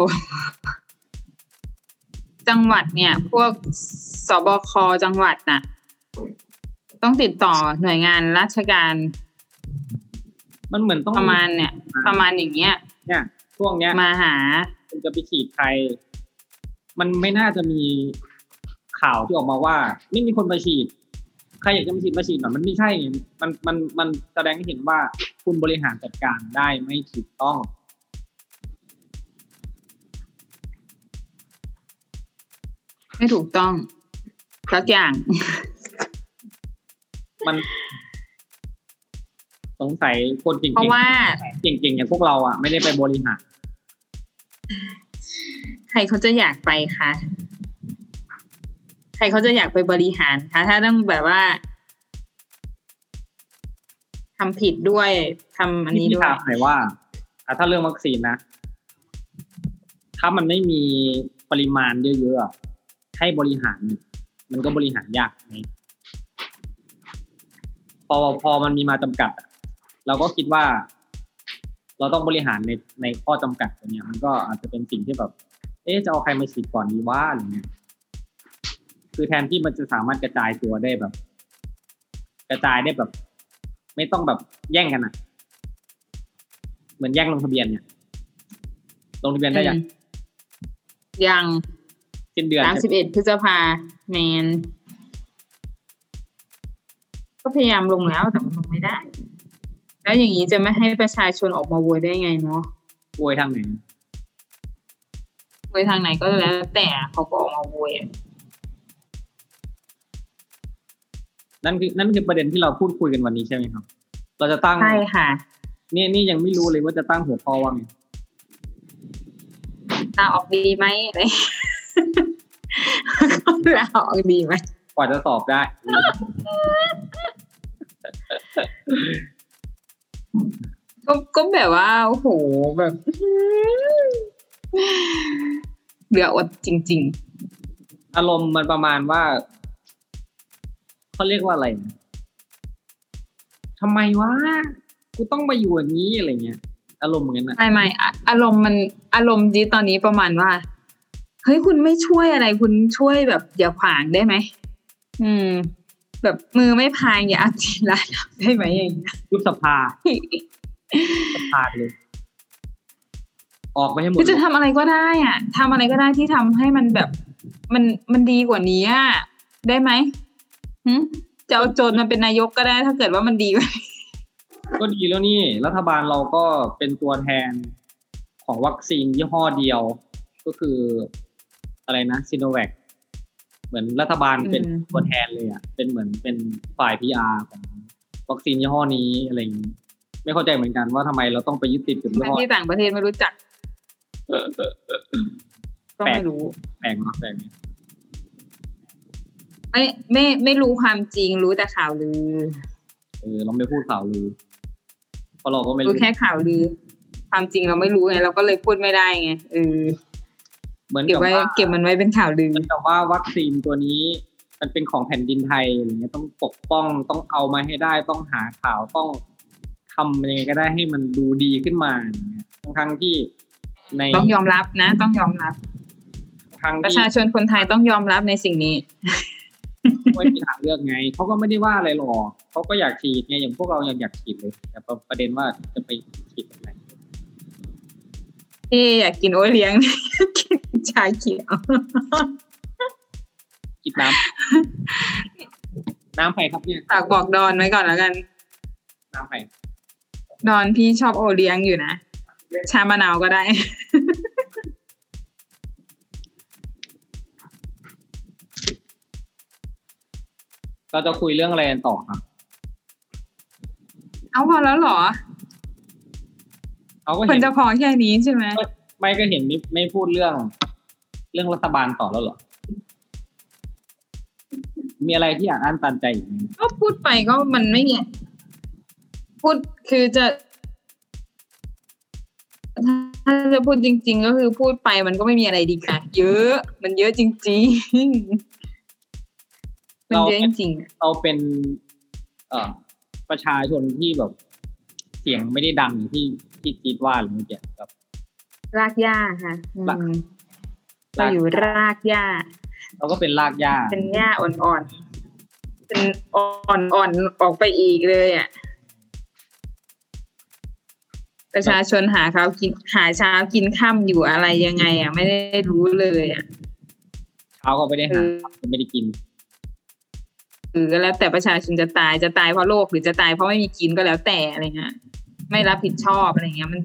จังหวัดเนี่ยพวกสบคจังหวัดน่ะต้องติดต่อหน่วยงานราชการมันเหมือนต้องประมาณอย่างเงี้ยเนี่ยช่วงเนี้ยมาหาคุณจะไปฉีดใครมันไม่น่าจะมีข่าวที่ออกมาว่าไม่มีคนมาฉีดใครอยากจะมาฉีดหน่อยมันไม่ใช่มันแสดงให้เห็นว่าคุณบริหารจัดการได้ไม่ถูกต้องสักอย่างมันสงสัยคนเก่งๆเพราะว่าเก่งๆอย่างพวกเราไม่ได้ไปบริหารใครเขาจะอยากไปคะใครเขาจะอยากไปบริหารคะถ้าต้องแบบว่าทำผิดด้วยทำอันนี้ด้วยที่ถามหน่อยว่าถ้าเรื่องวัคซีนนะถ้ามันไม่มีปริมาณเยอะๆให้บริหารมันก็บริหารยากไหมพอมันมีมาจำกัดเราก็คิดว่าเราต้องบริหารในข้อจำกัดตัวเนี้ยมันก็อาจจะเป็นสิ่งที่แบบจะเอาใครมาฉีดก่อนดีว่าอะไรเงี้ยคือแทนที่มันจะสามารถกระจายตัวได้แบบกระจายได้แบบไม่ต้องแบบแย่งกันเหมือนแย่งลงทะเบียนเนี่ยลงทะเบียนได้ยังสิ้นเดือน 31 พฤษภาคมแมนก็พยายามลงแล้วแต่มันลงไม่ได้แล้วอย่างนี้จะไม่ให้ประชาชนออกมาโวยได้ไงเนาะโวยทางไหนโวยทางไหนก็แล้วแต่เขาก็ออกมาโวยอะนั่นคือประเด็นที่เราพูดคุยกันวันนี้ใช่ไหมครับ เราจะตั้งใช่ค่ะนี่ยังไม่รู้เลยว่าจะตั้งหัวข้อว่าไงลาออกดีไหมอะไร ลาออกดีไหมกว่าจะตอบได้ก็แบบว่าโอ้โหแบบ เหลืออดจริงอารมณ์มันประมาณว่าเขาเรียกว่าอะไรนะทำไมวะกูต้องมาอยู่อย่างนี้อะไรเงี้ยอารมณ์เหมือนกันนะๆไม่อารมณ์มันอารมณ์ดีตอนนี้ประมาณว่าเฮ้ยคุณไม่ช่วยอะไรคุณช่วยแบบอย่าขวางได้ไหมแบบมือไม่พายอย่าอัดทีละได้ไหมอย่างเงี้ยยุบสภาเลย ออกไปให้หมดคือจะทำอะไรก็ได้อ่ะทำอะไรก็ได้ที่ทำให้มันแบบมันดีกว่านี้อ่ะได้ไหมจะเอาโจรมาเป็นนายกก็ได้ถ้าเกิดว่ามันดีกว่าก็ดีแล้วนี่รัฐบาลเราก็เป็นตัวแทนของวัคซีนยี่ห้อเดียว ก็คืออะไรนะซิโนแวคเหมือนรัฐบาลเป็นตัวแทนเลยอ่ะเป็นเหมือนเป็นฝ่าย PR ของวัคซีนยี่ห้อนี้อะไรอย่างนี้ไม่เข้าใจเหมือนกันว่าทำไมเราต้องไปยึดติดกับยี่ห้อที่ต่างประเทศไม่รู้จักก็ไม่รู้แปลกเนาะแปลกไม่รู้ความจริงรู้แต่ข่าวลือเราไม่พูดข่าวลือเพราะเราก็ไม่รู้แค่ข่าวลือความจริงเราไม่รู้ไงเราก็เลยพูดไม่ได้ไงเหมือนเก็บมันไว้เป็นข่าวลือเหมือนกับว่าวัคซีนตัวนี้มันเป็นของแผ่นดินไทยอะไรเงี้ยต้องปกป้องต้องเอามาให้ได้ต้องหาข่าวต้องทำยังไงก็ได้ให้มันดูดีขึ้นมาทั้งที่ต้องยอมรับนะต้องยอมรับประชาชนคนไทยต้องยอมรับในสิ่งนี้ไม่มีทางเลือกไงเขาก็ไม่ได้ว่าอะไรหรอกเขาก็อยากฉีดไงอย่างพวกเรายังอยากฉีดเลยแต่ประเด็นว่าจะไปฉีดอะไรพี่อยากกินโอเลี้ยงกินชาเขียวกินน้ำไผ่ครับเนี่ยฝากบอกดอนไว้ก่อนแล้วกันน้ำไผ่ดอนพี่ชอบโอเลี้ยงอยู่นะชามะนาวก็ได้เราจะคุยเรื่องอะไรกันต่อครับเอาพอแล้วเหรอคนจะพอแค่นี้ใช่ไหมไม่ก็เห็นไม่พูดเรื่องรัฐบาลต่อแล้วเหรอมีอะไรที่อยากอ่านตันใจอีกไหมก็พูดไปก็มันไม่เนี่ยพูดคือจะถ้าจะพูดจริงๆก็คือพูดไปมันก็ไม่มีอะไรดีค่ะเยอะมันเยอะจริงๆมันเยอะจริงๆเราเป็นประชาชนที่แบบเสียงไม่ได้ดังที่คิดว่าหรือไม่เกี่ยวกับรากหญ้าค่ะเราอยู่รากหญ้าเราก็เป็นรากหญ้าเป็นหญ้าอ่อนๆเป็นอ่อนๆออกไปอีกเลยอ่ะประชาชนหาเช้ากินค่ำอยู่อะไรยังไงอ่ะไม่ได้รู้เลยอ่ะเช้าก็ไม่ได้หาไม่ได้กินก็แล้วแต่ประชาชนจะตายเพราะโรคหรือจะตายเพราะไม่มีกินก็แล้วแต่อะไรเงี้ยไม่รับผิดชอบอะไรเงี้ยมัน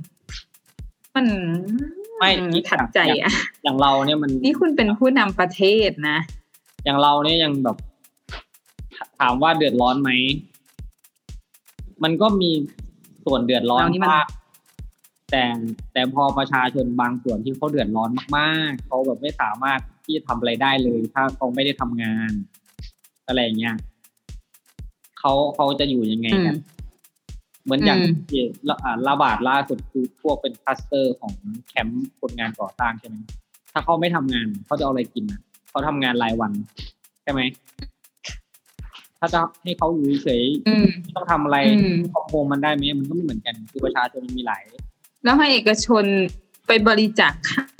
ไม่ขัดใจอ่ะอย่างเราเนี่ยมันนี่คุณเป็นผู้นำประเทศนะอย่างเราเนี่ยยังแบบถามว่าเดือดร้อนไหมมันก็มีส่วนเดือดร้อนมากแต่พอประชาชนบางส่วนที่เขาเดือดร้อนมากๆเขาแบบไม่สามารถที่จะทำอะไรได้เลยถ้าเขาไม่ได้ทำงานอะไรเงี้ยเขาจะอยู่ยังไงกันเหมือนอย่างที่ระบาดล่าสุดคือพวกเป็นคลัสเตอร์ของแคมป์คนงานก่อสร้างใช่ไหมถ้าเขาไม่ทำงานเขาจะเอาอะไรกินนะเขาทำงานรายวันใช่ไหมถ้าจะให้เขาอยู่เฉยต้องทำอะไรคอมโบมันได้ไหมมันก็ไม่เหมือนกันคือประชาชนมีหลายแล้วให้เอกชนไปบริจาค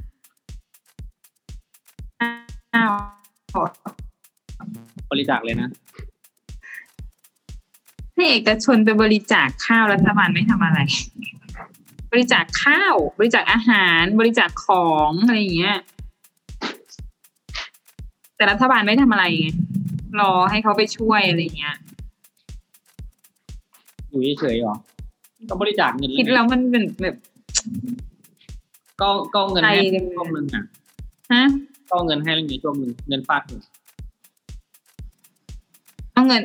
ข้าวบริจาคเลยนะให้เอกชนไปบริจาคข้าวรัฐบาลไม่ทำอะไรบริจาคข้าวบริจาคอาหารบริจาคของอะไรอย่างเงี้ยแต่รัฐบาลไม่ทำอะไรไงรอให้เขาไปช่วยอะไรอย่างเงี้ยอยู่เฉยๆหรอก็บริจาคเงินคิดแล้วมันเป็นแบบก็เงินให้ใจจังเลยช่วงนึงอ่ะฮะก็เงินให้เรื่องนี้ช่วงนึงเงินฟาดหัวเอาเงิน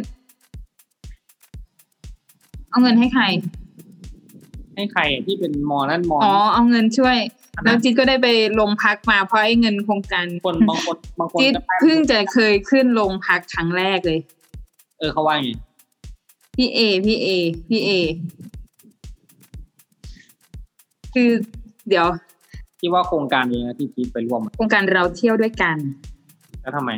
ให้ใครให้ใครที่เป็นมอนั่นมออ๋อ เอาเงินช่วยอันนั้นแล้วจิ๊ดก็ได้ไปโรงพักมาเพราะไอ้เงินโครงการคนบางคนจิ๊ดก็ได้เพิ่งจะเคยขึ้นโรงพักครั้งแรกเลยเขาว่าไงพี่เอ คือเดี๋ยวที่ว่าโครงการนี้นะที่คิดไปร่วมโครงการเราเที่ยวด้วยกันแล้วทำไม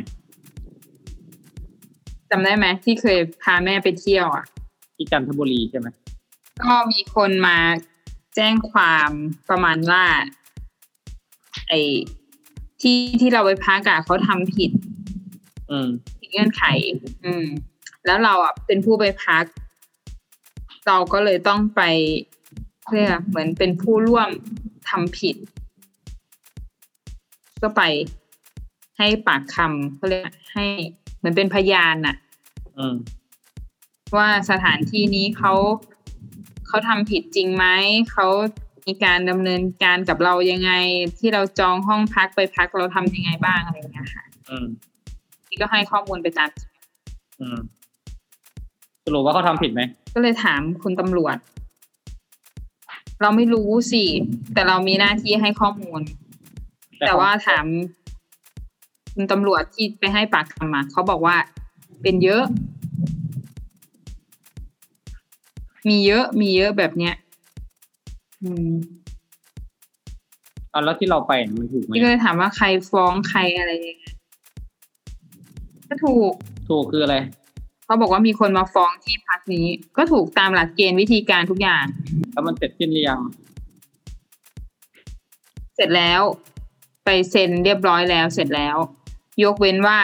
จำได้ไหมที่เคยพาแม่ไปเที่ยวอ่ะที่จันทบุรีใช่ไหมก็มีคนมาแจ้งความประมาณว่าไอ้ที่เราไปพักอะเขาทำผิดเงื่อนไข แล้วเราอ่ะเป็นผู้ไปพัก เราก็เลยต้องไปเรียกเหมือนเป็นผู้ร่วมทำผิด ก็ไปให้ปากคำเขาเรียกให้เหมือนเป็นพยานน่ะว่าสถานที่นี้เขาทำผิดจริงไหมเขามีการดำเนินการกับเรายังไงที่เราจองห้องพักไปพักเราทำยังไงบ้างอะไรอย่างเงี้ยค่ะที่ก็ให้ข้อมูลไปตามสรุปว่าเขาทำผิดไหมก็เลยถามคุณตำรวจ เราไม่รู้สิแต่เรามีหน้าที่ให้ข้อมูล แต่ว่าถามคุณตำรวจที่ไปให้ปากคำมาเขาบอกว่าเป็นเยอะ มีเยอะแบบเนี้ยแล้วที่เราไปมันถูกไหมที่ก็เลยถามว่าใครฟ้องใครอะไรยังไงก็ถูกคืออะไรเขาบอกว่ามีคนมาฟ้องที่พักนี้ก็ถูกตามหลักเกณฑ์วิธีการทุกอย่างแล้วมันเสร็จสิ้นหรือยังเสร็จแล้วไปเซ็นเรียบร้อยแล้วเสร็จแล้วยกเว้นว่า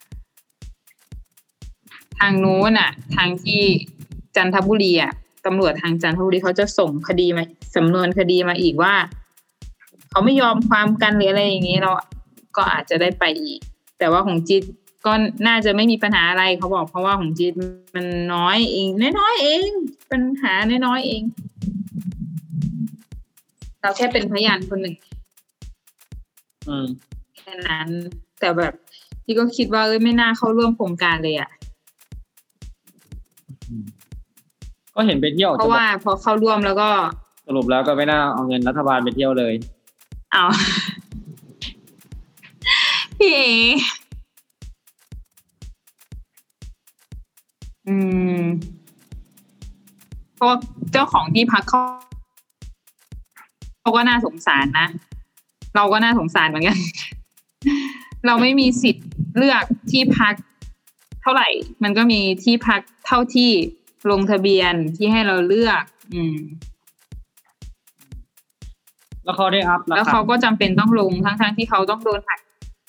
ทางนู้นทางที่จันทบุรีตำรวจทางจันทบุรีเขาจะส่งคดีมาสำนวนคดีมาอีกว่าเขาไม่ยอมความกันหรืออะไรอย่างนี้เราก็อาจจะได้ไปอีกแต่ว่าของจิ๊ดก็น่าจะไม่มีปัญหาอะไรเขาบอกเพราะว่าของจิ๊ดมันน้อยเองน้อยๆเองปัญหาน้อยๆเองเราแค่เป็นพยานคนหนึ่งแค่นั้นแต่แบบที่ก็คิดว่าไม่น่าเข้าร่วมโครงการเลยก็เห็นไปเที่ยวเพราะว่าพอเข้าร่วมแล้วก็สรุปแล้วก็ไม่น่าเอาเงินรัฐบาลไปเที่ยวเลยเอาพี่เอเพราะเจ้าของที่พักเขาก็น่าสงสารนะเราก็น่าสงสารเหมือนกัน เราไม่มีสิทธิ์เลือกที่พักเท่าไหร่มันก็มีที่พักเท่าที่ลงทะเบียนที่ให้เราเลือกแล้วเขาได้อัพแล้วเขาก็จำเป็นต้องลงทั้งที่เขาต้องโดนหัก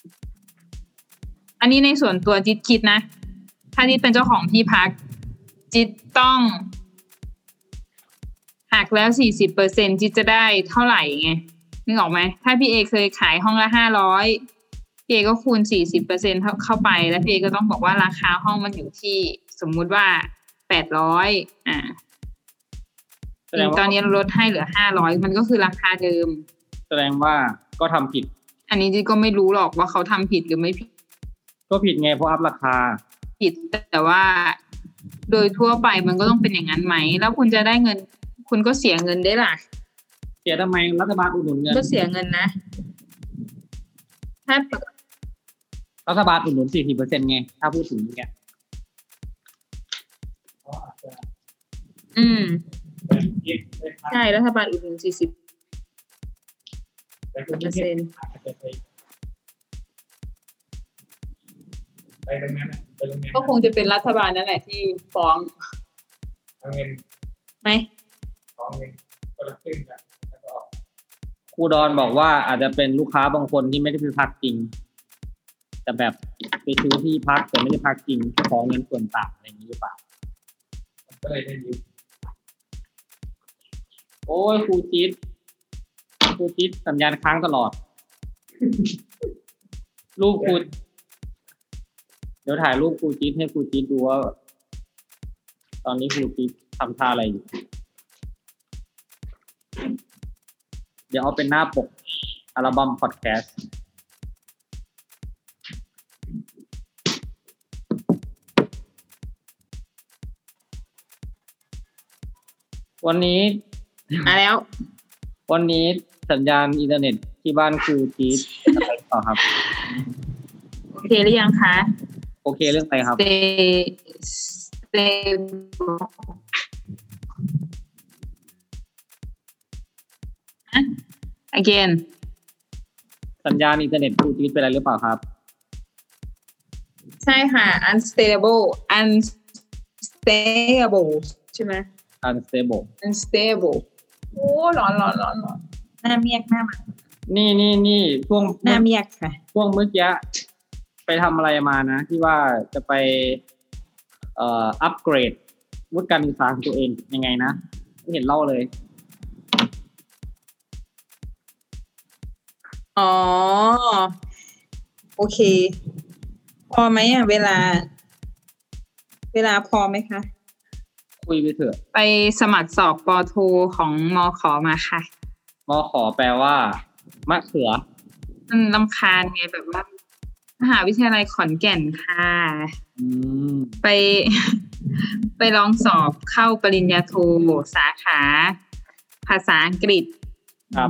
อันนี้ในส่วนตัวจิ๊ดคิดนะถ้าจิ๊ดเป็นเจ้าของที่พักจิ๊ดต้องหักแล้ว 40% จิ๊ดจะได้เท่าไหร่ไงนึกออกไหมถ้าพี่เอเคยขายห้องละ500พี่เอก็คูณ 40% เข้าไปแล้วพี่เอก็ต้องบอกว่าราคาห้องมันอยู่ที่สมมุติว่า800ตอนนี้เราลดให้เหลือ500มันก็คือราคาเดิมแสดงว่าก็ทำผิดอันนี้จิ๊ดก็ไม่รู้หรอกว่าเขาทำผิดหรือไม่ผิดก็ผิดไงเพราะอัพราคาผิดแต่ว่าโดยทั่วไปมันก็ต้องเป็นอย่างนั้นไหมแล้วคุณจะได้เงินคุณก็เสียเงินได้ล่ะเสียทำไมรัฐบาลอุดหนุนเงินก็เสียเงินนะถ้ารัฐบาลอุดหนุน 40% ไงถ้าพูดถึงอย่างเงี้ยใช่รัฐบาลอุดหนุน 40% ก็คงจะเป็นรัฐบาลนั่นแหละที่ฟ้องไหมฟ้องเงินคนละครึ่งกันแล้วก็ครูดอนบอกว่าอาจจะเป็นลูกค้าบางคนที่ไม่ได้ไปพักจริงแต่แบบไปซื้อที่พักแต่ไม่ได้พักจริงขอเงินส่วนต่างอะไรอย่างนี้หรือเปล่าก็เลยได้ยืมโอ้ยครูจิ๊ดสัญญาณค้างตลอดรูปครูเดี๋ยวถ่ายรูปครูจิ๊ดให้ครูจิ๊ดดูว่าตอนนี้ครูจิ๊ดทำท่าอะไรอยู่เดี๋ยวเอาเป็นหน้าปกอัลบั้มพอดแคสต์วันนี้มาแล้ววันนี้สัญญาณอินเทอร์เน็ตที่บ้านครูจีดอะไรต่อครับโอเคหรือยังคะโอเคเรื่องอะไรครับ again สัญญาณอินเทอร์เน็ตครูจีดเป็นอะไรหรือเปล่าครับใช่ค่ะ unstable ใช่ไหม unstable โอ้ร้อนหน้าเมียกหน้ามันนี่ช่วงหน้าเมียกค่ะช่วงเมื่อกี้ไปทำอะไรมานะที่ว่าจะไปอัปเกรดวุฒิการศึกษาของตัวเองยังไงนะไม่เห็นเล่าเลยอ๋อโอเคพอไหมอ่ะเวลาพอไหมคะคุยไปเถอะไปสมัครสอบปโทของมข.มาค่ะมข.แปลว่ามะเขือรำคาญไงแบบว่ามหาวิทยาลัยขอนแก่นค่ะไปลองสอบเข้าปริญญาโทสาขาภาษาอังกฤษครับ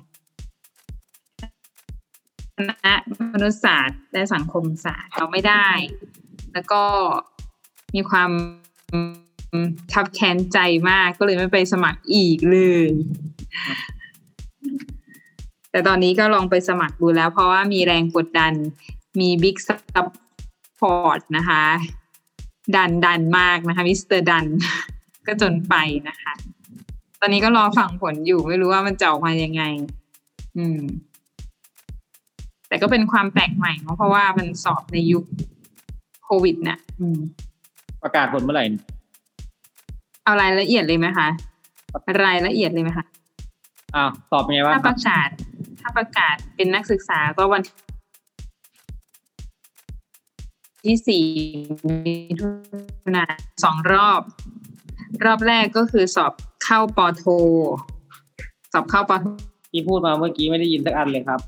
คณะมนุษยศาสตร์และสังคมศาสตร์เราไม่ได้แล้วก็มีความคับแค้นใจมากก็เลยไม่ไปสมัครอีกเลยแต่ตอนนี้ก็ลองไปสมัครดูแล้วเพราะว่ามีแรงกดดันมีบิ๊กซัพพอร์ตนะคะดันมากนะคะมิสเตอร์ดันก็จนไปนะคะตอนนี้ก็รอฟังผลอยู่ไม่รู้ว่ามันจะออกมายังไงแต่ก็เป็นความแปลกใหม่เพราะว่ามันสอบในยุคโควิดเนี่ยประกาศผลเมื่อไหร่เอารายละเอียดเลยไหมคะรายละเอียดเลยไหมคะสอบเป็นไงบ้างถ้าประกาศเป็นนักศึกษาก็วันที่4 มิถุนายน2 รอบแรกก็คือสอบเข้าปโทสอบเข้าปโทที่พูดมาเมื่อกี้ไม่ได้ยินสักอันเลยครับ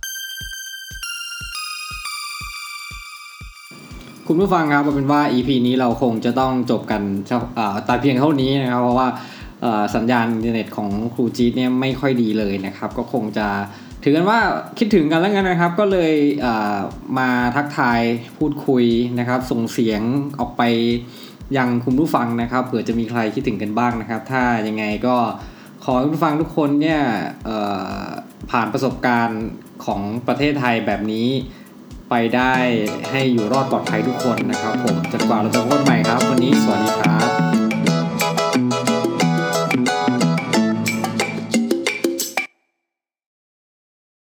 คุณผู้ฟังครับเป็นว่า EP นี้เราคงจะต้องจบกันแต่เพียงเท่านี้นะครับเพราะว่าสัญญาณอินเทอร์เน็ตของครูจี๊ดเนี่ยไม่ค่อยดีเลยนะครับก็คงจะถือกันว่าคิดถึงกันแล้วกันนะครับก็เลยมาทักทายพูดคุยนะครับส่งเสียงออกไปยังคุณผู้ฟังนะครับเผื่อจะมีใครคิดถึงกันบ้างนะครับถ้ายังไงก็ขอให้คุณผู้ฟังทุกคนเนี่ยผ่านประสบการณ์ของประเทศไทยแบบนี้ไปได้ให้อยู่รอดปลอดภัยทุกคนนะครับผมจนกว่าเราจะพบกันใหม่ครับวันนี้สวัสดีครับ